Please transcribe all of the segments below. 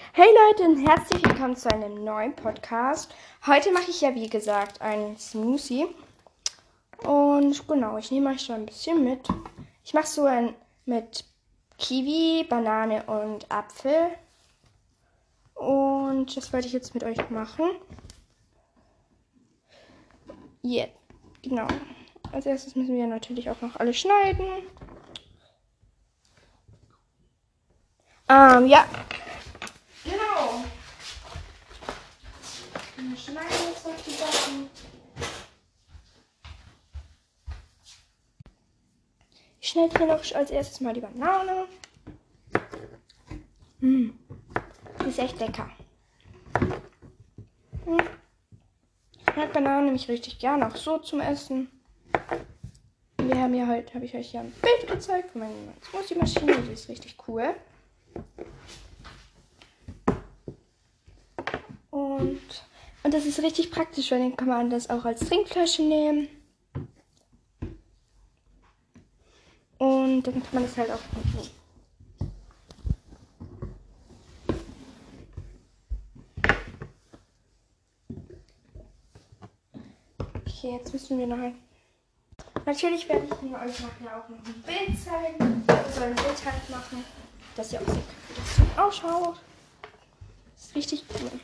Hey Leute und herzlich willkommen zu einem neuen Podcast. Heute mache ich ja wie gesagt einen Smoothie. Und genau, ich nehme euch schon ein bisschen mit. Ich mache so einen mit Kiwi, Banane und Apfel. Und das wollte ich jetzt mit euch machen. Genau. Als erstes müssen wir natürlich auch noch alles schneiden. Ja. Genau. Wir schneiden jetzt noch die Sachen. Ich schneide hier noch als erstes mal die Banane. Die ist echt lecker. Ich mag Bananen nämlich richtig gerne, auch so zum Essen. Wir haben ja heute, habe ich euch ja ein Bild gezeigt von meiner Smoothie-Maschine. Die ist richtig cool. Und das ist richtig praktisch, weil dann kann man das auch als Trinkflasche nehmen. Und dann kann man das halt auch mitnehmen. Okay, jetzt müssen wir noch ein... Natürlich werde ich euch nachher auch noch ein Bild zeigen. Wir sollen ein Bild halt machen, dass ihr auch seht, wie das ausschaut. Das ist richtig cool.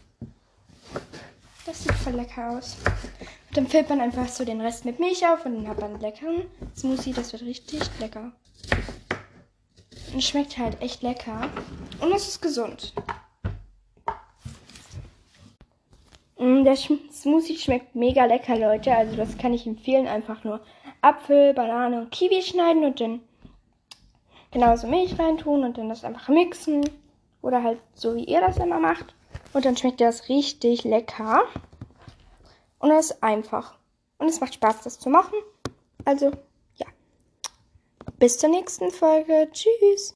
Das sieht voll lecker aus. Und dann füllt man einfach so den Rest mit Milch auf und dann hat man einen leckeren Smoothie. Das wird richtig lecker. Und schmeckt halt echt lecker. Und es ist gesund. Der Smoothie schmeckt mega lecker, Leute. Also das kann ich empfehlen. Einfach nur Apfel, Banane und Kiwi schneiden und dann genauso Milch reintun und dann das einfach mixen. Oder halt so, wie ihr das immer macht. Und dann schmeckt das richtig lecker. Und es ist einfach. Und es macht Spaß, das zu machen. Also, ja. Bis zur nächsten Folge. Tschüss.